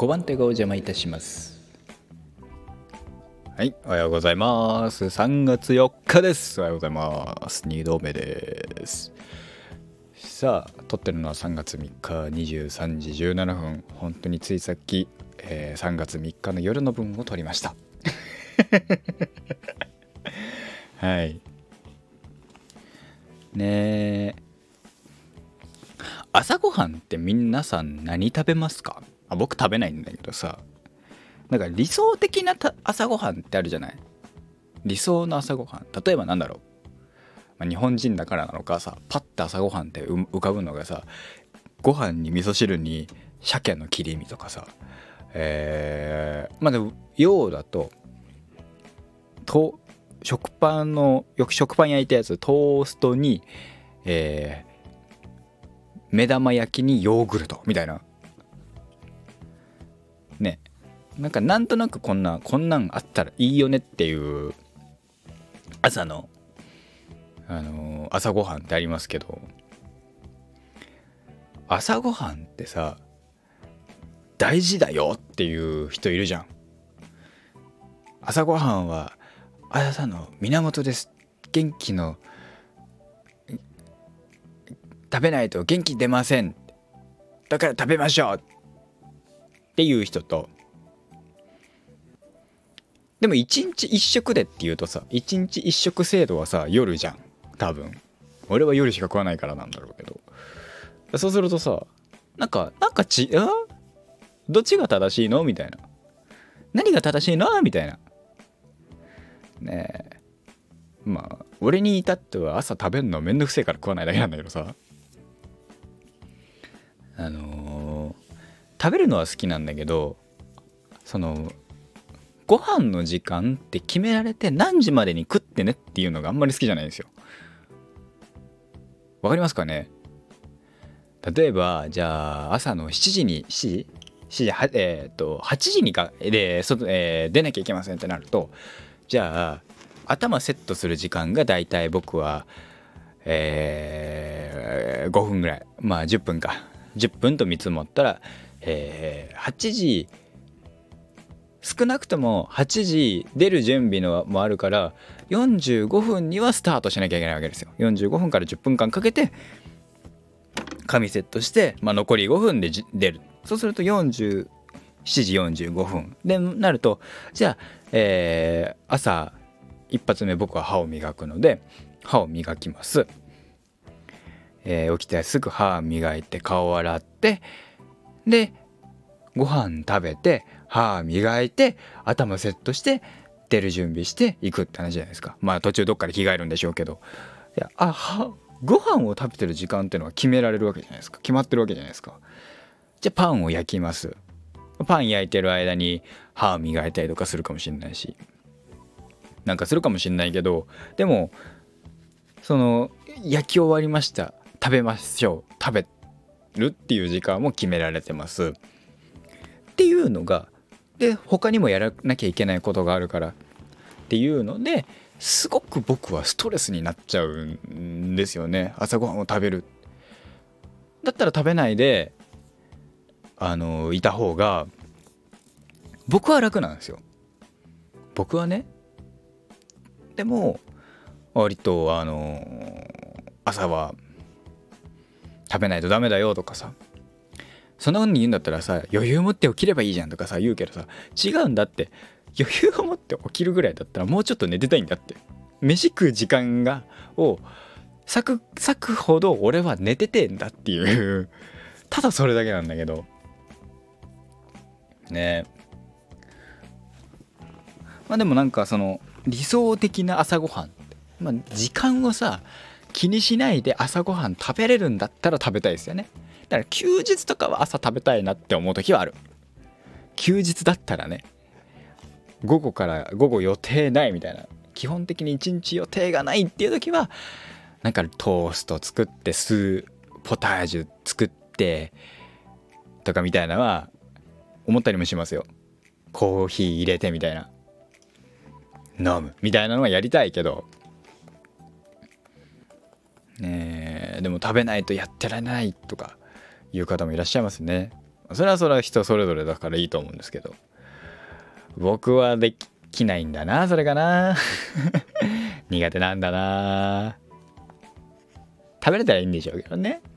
小判手がお邪魔いたします。はい、おはようございます。3月4日です。おはようございます。2度目です。さあ、撮ってるのは3月3日23時17分。本当についさっき、3月3日の夜の分を撮りました。はい。ねえ。朝ごはんって皆さん何食べますか？僕食べないんだけどさ、なんか理想的な朝ごはんってあるじゃない？理想の朝ごはん。例えばなんだろう。日本人だからなのかさ、パッて朝ごはんって浮かぶのがさ、ご飯に味噌汁に鮭の切り身とかさ、でも洋だと食パンのよく食パン焼いたやつトーストに、目玉焼きにヨーグルトみたいなね。なんとなくこんなんあったらいいよねっていう朝の朝ごはんってありますけど、朝ごはんってさ大事だよっていう人いるじゃん。朝ごはんは朝の源です。元気の食べないと元気出ません。だから食べましょうっていう人と、でも一日一食でっていうとさ、一日一食制度はさ夜じゃん。多分俺は夜しか食わないからなんだろうけど、そうするとさ、どっちが正しいのみたいな、何が正しいのみたいなねえ。俺に至っては朝食べるのめんどくせえから食わないだけなんだけどさ、食べるのは好きなんだけど、そのご飯の時間って決められて何時までに食ってねっていうのがあんまり好きじゃないんですよ。わかりますかね？例えばじゃあ朝の7時に7時8時に出なきゃいけませんってなると、じゃあ頭セットする時間がだいたい僕は、5分ぐらい、10分か、10分と見積もったら、8時、少なくとも8時出る準備のもあるから45分にはスタートしなきゃいけないわけですよ。45分から10分間かけて紙セットして、残り5分で出る。そうすると7時45分でなると、じゃあ、朝一発目僕は歯を磨くので歯を磨きます。起きてすぐ歯磨いて顔を洗って、でご飯食べて歯磨いて頭セットして出る準備していくって話じゃないですか。途中どっかで着替えるんでしょうけど、ご飯を食べてる時間っていうのは決められるわけじゃないですか。決まってるわけじゃないですか。じゃあパンを焼きます。パン焼いてる間に歯磨いたりとかするかもしれないし、なんかするかもしれないけど、でもその焼き終わりました、食べましょう、食べるっていう時間も決められてますっていうのが、で他にもやらなきゃいけないことがあるからっていうのですごく僕はストレスになっちゃうんですよね。朝ごはんを食べるだったら食べないでいた方が僕は楽なんですよ。僕はね。でも割と朝は食べないとダメだよとかさ、そんな風に言うんだったらさ、余裕持って起きればいいじゃんとかさ言うけどさ、違うんだって。余裕を持って起きるぐらいだったらもうちょっと寝てたいんだって。飯食う時間を割くほど俺は寝ててんだっていうただそれだけなんだけどね。でもその理想的な朝ごはん、時間をさ気にしないで朝ごはん食べれるんだったら食べたいですよね。だから休日とかは朝食べたいなって思う時はある。休日だったらね、午後予定ないみたいな、基本的に一日予定がないっていう時はトースト作ってポタージュ作ってとかみたいなのは思ったりもしますよ。コーヒー入れてみたいな、飲むみたいなのはやりたいけどね。でも食べないとやってられないとかいう方もいらっしゃいますね。 それはそれは人それぞれだからいいと思うんですけど、僕はできないんだな、それがな。苦手なんだな。食べれたらいいんでしょうけどね。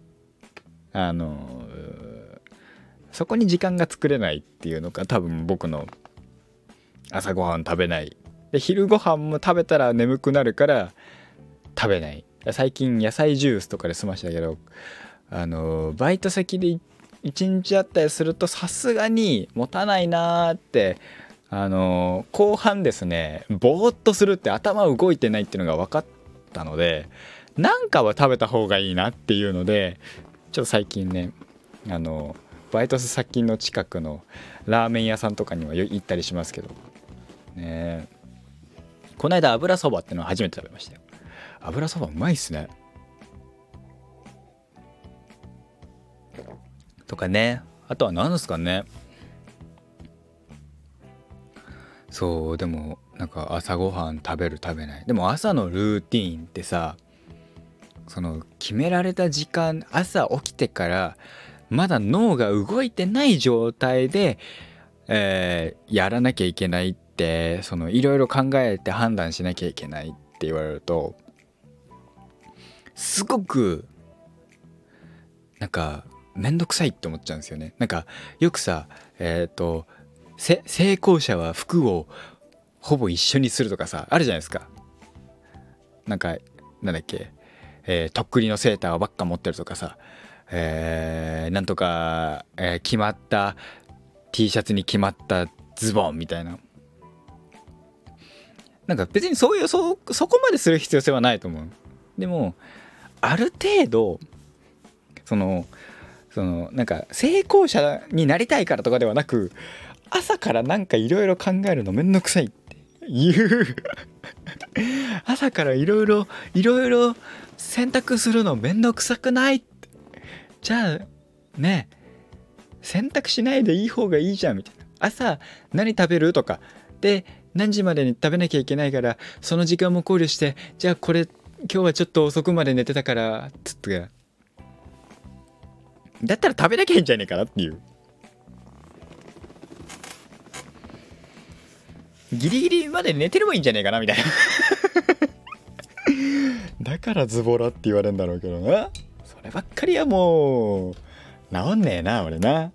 そこに時間が作れないっていうのが多分僕の朝ごはん食べない。で昼ごはんも食べたら眠くなるから食べない。最近野菜ジュースとかで済ましたけど、バイト先で一日あったりするとさすがに持たないなーって、後半ですね、ぼーっとするって頭動いてないっていうのが分かったので、なんかは食べた方がいいなっていうので、ちょっと最近ね、バイト先の近くのラーメン屋さんとかには行ったりしますけどね。この間油そばってのを初めて食べましたよ。油そばうまいっすね。とかね。あとは何ですかね。そう、でもなんか朝ごはん食べる食べない。でも朝のルーティーンってさ、その決められた時間、朝起きてからまだ脳が動いてない状態で、やらなきゃいけないって、そのいろいろ考えて判断しなきゃいけないって言われると、すごくなんかめんどくさいって思っちゃうんですよね。なんかよくさ、成功者は服をほぼ一緒にするとかさ、あるじゃないですか。なんかなんだっけ、とっくりのセーターばっか持ってるとかさ、なんとか、決まった T シャツに決まったズボンみたいな。なんか別にそういうそこまでする必要性はないと思う。でもある程度そのなんか成功者になりたいからとかではなく、朝からなんかいろいろ考えるのめんどくさいっていう朝からいろいろ選択するのめんどくさくないって、じゃあね、選択しないでいい方がいいじゃんみたいな。朝何食べるとかで何時までに食べなきゃいけないから、その時間も考慮して、じゃあこれ今日はちょっと遅くまで寝てたからつって、だったら食べなきゃいいんじゃねえかなっていう。ギリギリまで寝てればいいんじゃねえかなみたいな。だからズボラって言われるんだろうけどな。そればっかりはもう治んねえな俺な。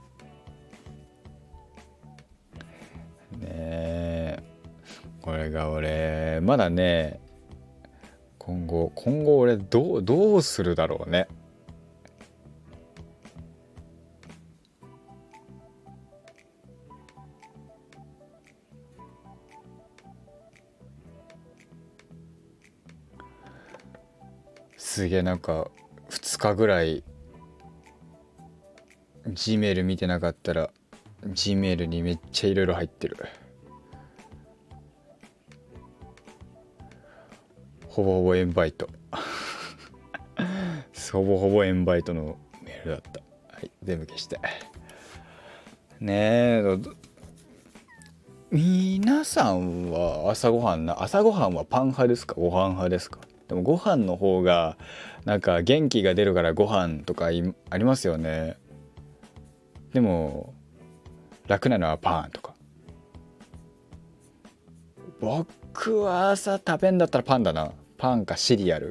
ねえ、これが俺まだね、今後俺どうするだろうね。すげえ、なんか2日ぐらい G メール見てなかったら G メールにめっちゃいろいろ入ってる。ほぼほぼエンバイト。ほぼほぼエンバイトのメールだった。はい、全部消して。ねえ、皆さんは朝ごはんはパン派ですか、ご飯派ですか？でもご飯の方がなんか元気が出るからご飯とかありますよね。でも楽なのはパンとか。僕は朝食べんだったらパンだな。パンかシリアル。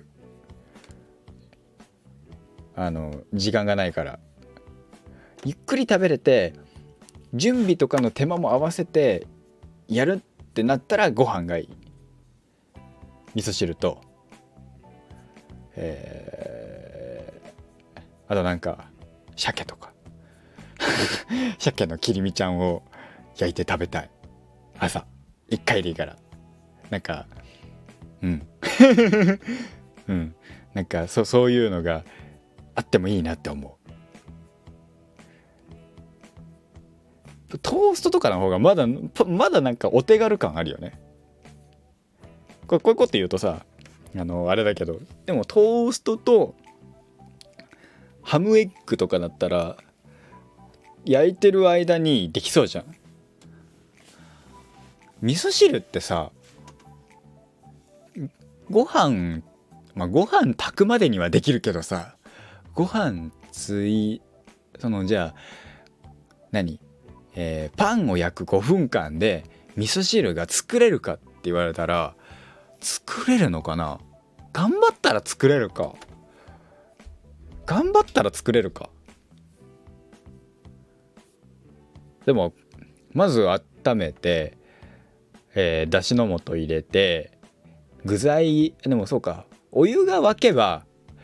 時間がないからゆっくり食べれて、準備とかの手間も合わせてやるってなったらご飯がいい。味噌汁と、あとなんか鮭とか鮭の切り身ちゃんを焼いて食べたい。朝一回でいいから。なんかうんうんなんかそういうのがあってもいいなって思う。トーストとかの方がまだなんかお手軽感あるよね。こういうこと言うとさ、あれだけど、でもトーストとハムエッグとかだったら焼いてる間にできそうじゃん。味噌汁ってさ、ご飯ご飯炊くまでにはできるけどさ、ご飯ついじゃあ何、パンを焼く5分間で味噌汁が作れるかって言われたら作れるのかな。頑張ったら作れるか。でもまず温めて、だしの素入れて具材、でもそうか、お湯が沸けば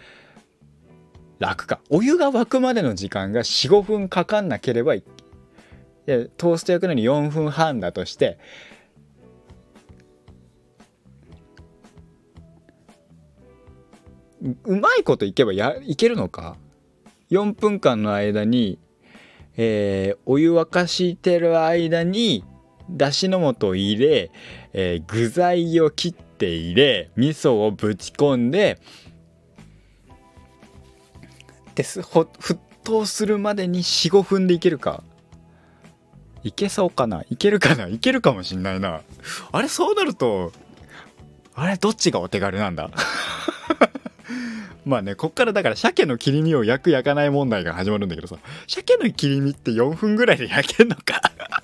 楽か。お湯が沸くまでの時間が 4,5 分かかんなければいい。でトースト焼くのに4分半だとして、うまいこといけばいけるのか。4分間の間に、お湯沸かしてる間にだしの素を入れ、具材を切って入れ味噌をぶち込んで沸騰するまでに 4,5 分でいけるか。いけそうかな。いけるかな。いけるかもしんないな。あれ、そうなるとあれどっちがお手軽なんだまあね、こっからだから鮭の切り身を焼く焼かない問題が始まるんだけどさ、鮭の切り身って4分ぐらいで焼けんのか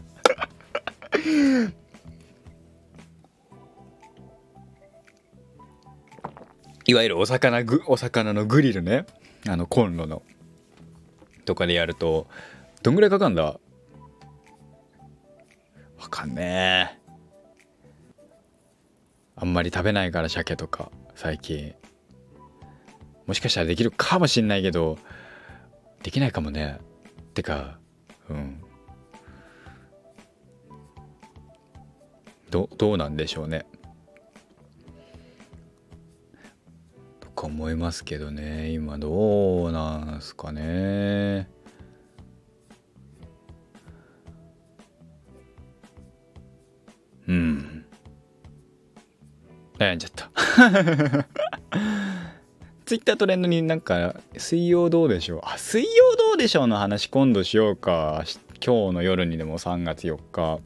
いわゆるお魚のグリルね、コンロのとかでやるとどんぐらいかかんだ。わかんねえ。あんまり食べないから鮭とか最近。もしかしたらできるかもしんないけどできないかもね。てかどうなんでしょうねとか思いますけどね。今どうなんすかね。悩んじゃったツイッタートレンドになんか水曜どうでしょう、水曜どうでしょうの話今度しようか。今日の夜にでも3月4日。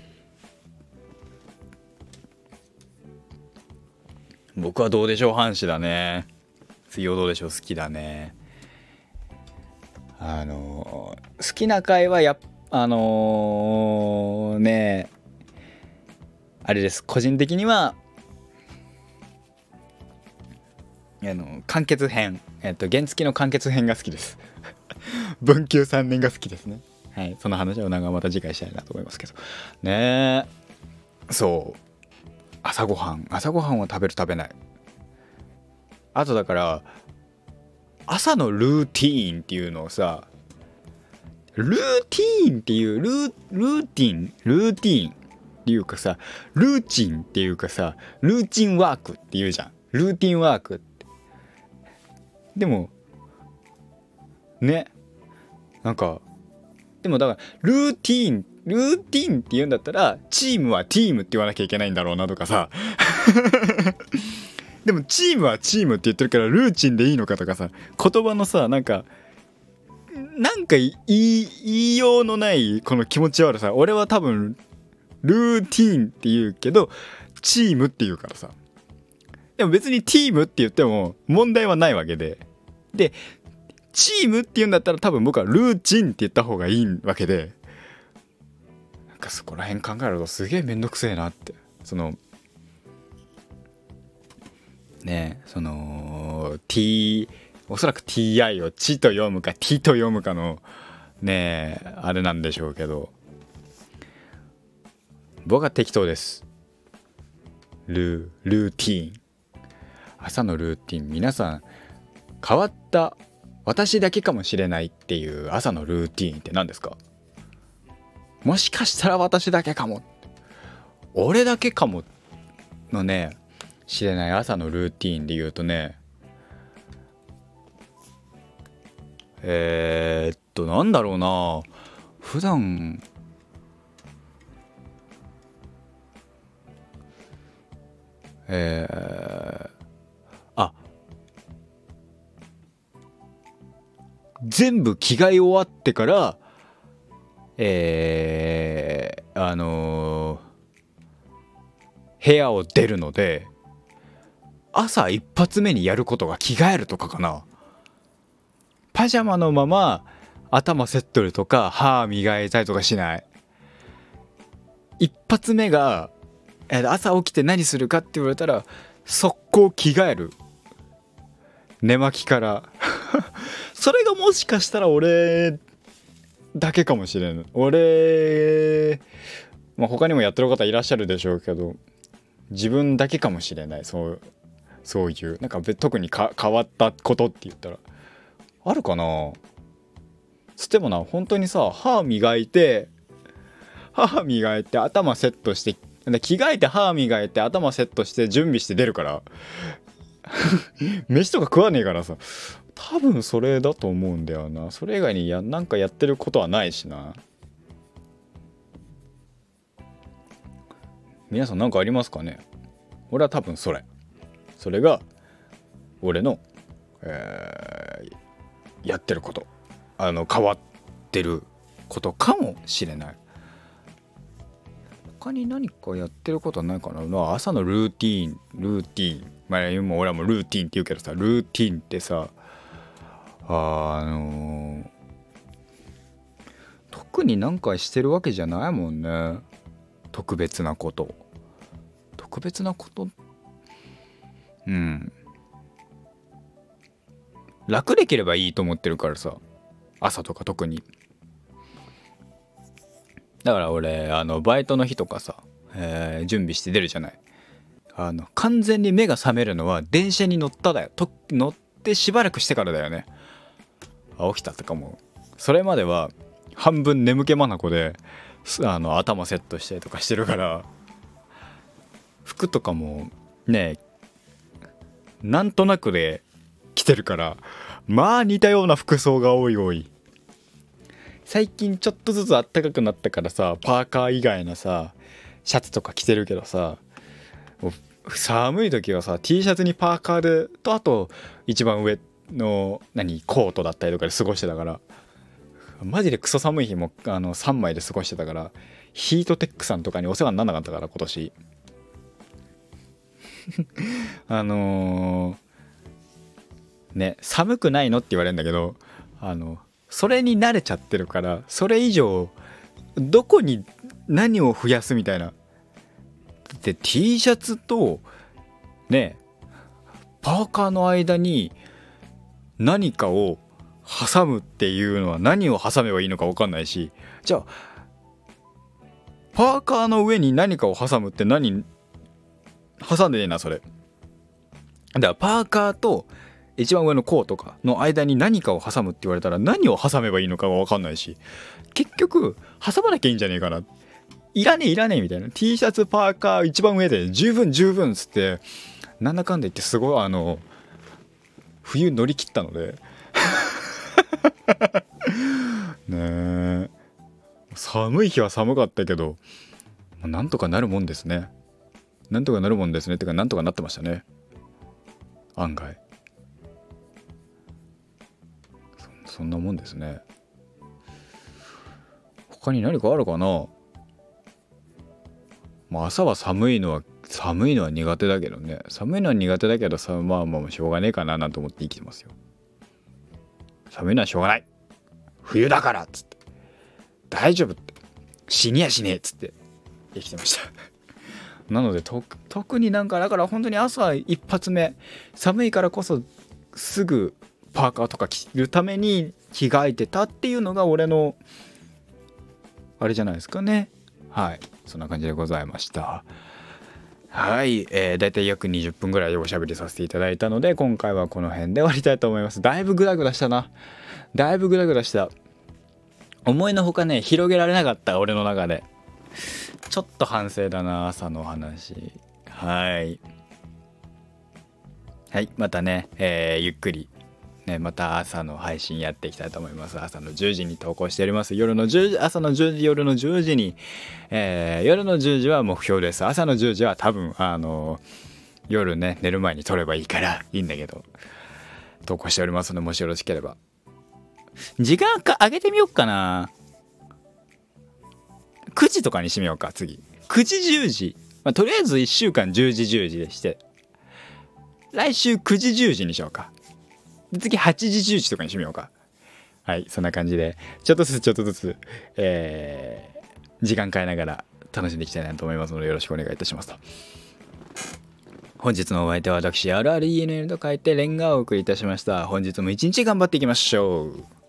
僕はどうでしょう阪神だね。水曜どうでしょう好きだね。好きな回はねあれです。個人的には完結編、原付の完結編が好きです文久3年が好きですね。はい、その話をまた次回したいなと思いますけどね。そう朝ごはんを食べる食べない。あとだから朝のルーティーンっていうのをさ、ルーティーンっていうルーティンっていうかさ、ルーチンっていうかさ、ルーチンワークっていうじゃん。ルーティンワークって。でもね、なんかでもだからルーティンって言うんだったらチームはティームって言わなきゃいけないんだろうなとかさでもチームはチームって言ってるからルーチンでいいのかとかさ、言葉のさなんか言いようのないこの気持ち悪さ。俺は多分ルーティーンって言うけどチームって言うからさ。でも別にティームって言っても問題はないわけで、チームって言うんだったら多分僕はルーチンって言った方がいいわけで、なんかそこら辺考えるとすげえめんどくせえなって。おそらく TI をチと読むか T と読むかのねあれなんでしょうけど、僕は適当です。ルーティーン、朝のルーティン。皆さん変わった私だけかもしれないっていう朝のルーティーンって何ですか。もしかしたら私だけかも、俺だけかものね知れない朝のルーティーンで言うとね、なんだろうな。普段全部着替え終わってから部屋を出るので、朝一発目にやることが着替えるとかかな。パジャマのまま頭セットるとか歯磨いたりとかしない。一発目が朝起きて何するかって言われたら速攻着替える。寝巻きからそれがもしかしたら俺だけかもしれん。他にもやってる方いらっしゃるでしょうけど、自分だけかもしれない。そういうなんか特に変わったことって言ったらあるかな。つってもな、本当にさ、歯磨いて頭セットして、着替えて歯磨いて頭セットして準備して出るから飯とか食わねえからさ、多分それだと思うんだよな。それ以外になんかやってることはないしな。皆さん何かありますかね。俺は多分それが俺の、やってること、変わってることかもしれない。他に何かやってることはないかな。朝のルーティーン、まあ今俺はもうルーティーンって言うけどさ、ルーティーンってさ、特に何かしてるわけじゃないもんね。特別なこと楽できればいいと思ってるからさ、朝とか特に。だから俺バイトの日とかさ、準備して出るじゃない。完全に目が覚めるのは電車に乗ってしばらくしてからだよね。起きたとかも、それまでは半分眠気まなこで頭セットしたりとかしてるから、服とかもねなんとなくで着てるから、まあ似たような服装が多い。最近ちょっとずつ暖かくなったからさ、パーカー以外のさシャツとか着てるけどさ、寒い時はさ T シャツにパーカーであと一番上のコートだったりとかで過ごしてたから、マジでクソ寒い日も3枚で過ごしてたから、ヒートテックさんとかにお世話にならなかったから今年ね、寒くないのって言われるんだけど、それに慣れちゃってるから、それ以上どこに何を増やすみたいな。で T シャツとねパーカーの間に何かを挟むっていうのは何を挟めばいいのか分かんないし、じゃあパーカーの上に何かを挟むって何挟んでねえなそれ。だからパーカーと一番上のコートかの間に何かを挟むって言われたら何を挟めばいいのかが分かんないし、結局挟まなきゃいいんじゃねえかな、いらねえみたいな。 T シャツパーカー一番上で十分っつって、なんだかんだ言ってすごい冬乗り切ったのでねえ、寒い日は寒かったけどなんとかなるもんですね。ってかなんとかなってましたね、案外。そんなもんですね。他に何かあるかな。朝は寒いのは苦手だけどね。寒いのは苦手だけどさ、まあしょうがねえかななんて思って生きてますよ。寒いのはしょうがない、冬だからっつって大丈夫って、死にやしねえっつって生きてましたなので特にだから本当に朝一発目寒いからこそすぐパーカーとか着るために着替えてたっていうのが俺のあれじゃないですかね。はい、そんな感じでございました。はい、だいたい約20分ぐらいおしゃべりさせていただいたので、今回はこの辺で終わりたいと思います。だいぶグダグダした思いのほかね広げられなかった。俺の中でちょっと反省だな、朝の話。はいまたね、ゆっくりね、また朝の配信やっていきたいと思います。朝の10時に投稿しております。朝の10時、夜の10時に、夜の10時は目標です。朝の10時は多分夜ね寝る前に撮ればいいからいいんだけど、投稿しておりますので、もしよろしければ時間上げてみようかな。9時とかにしめようか。次9時10時、とりあえず1週間10時10時でして、来週9時10時にしようか。次8時10時とかにしめようか。 はい、そんな感じでちょっとずつ、時間変えながら楽しんでいきたいなと思いますので、よろしくお願いいたしますと。本日のお相手は私 RRENN と書いてレンガをお送りいたしました。本日も一日頑張っていきましょう。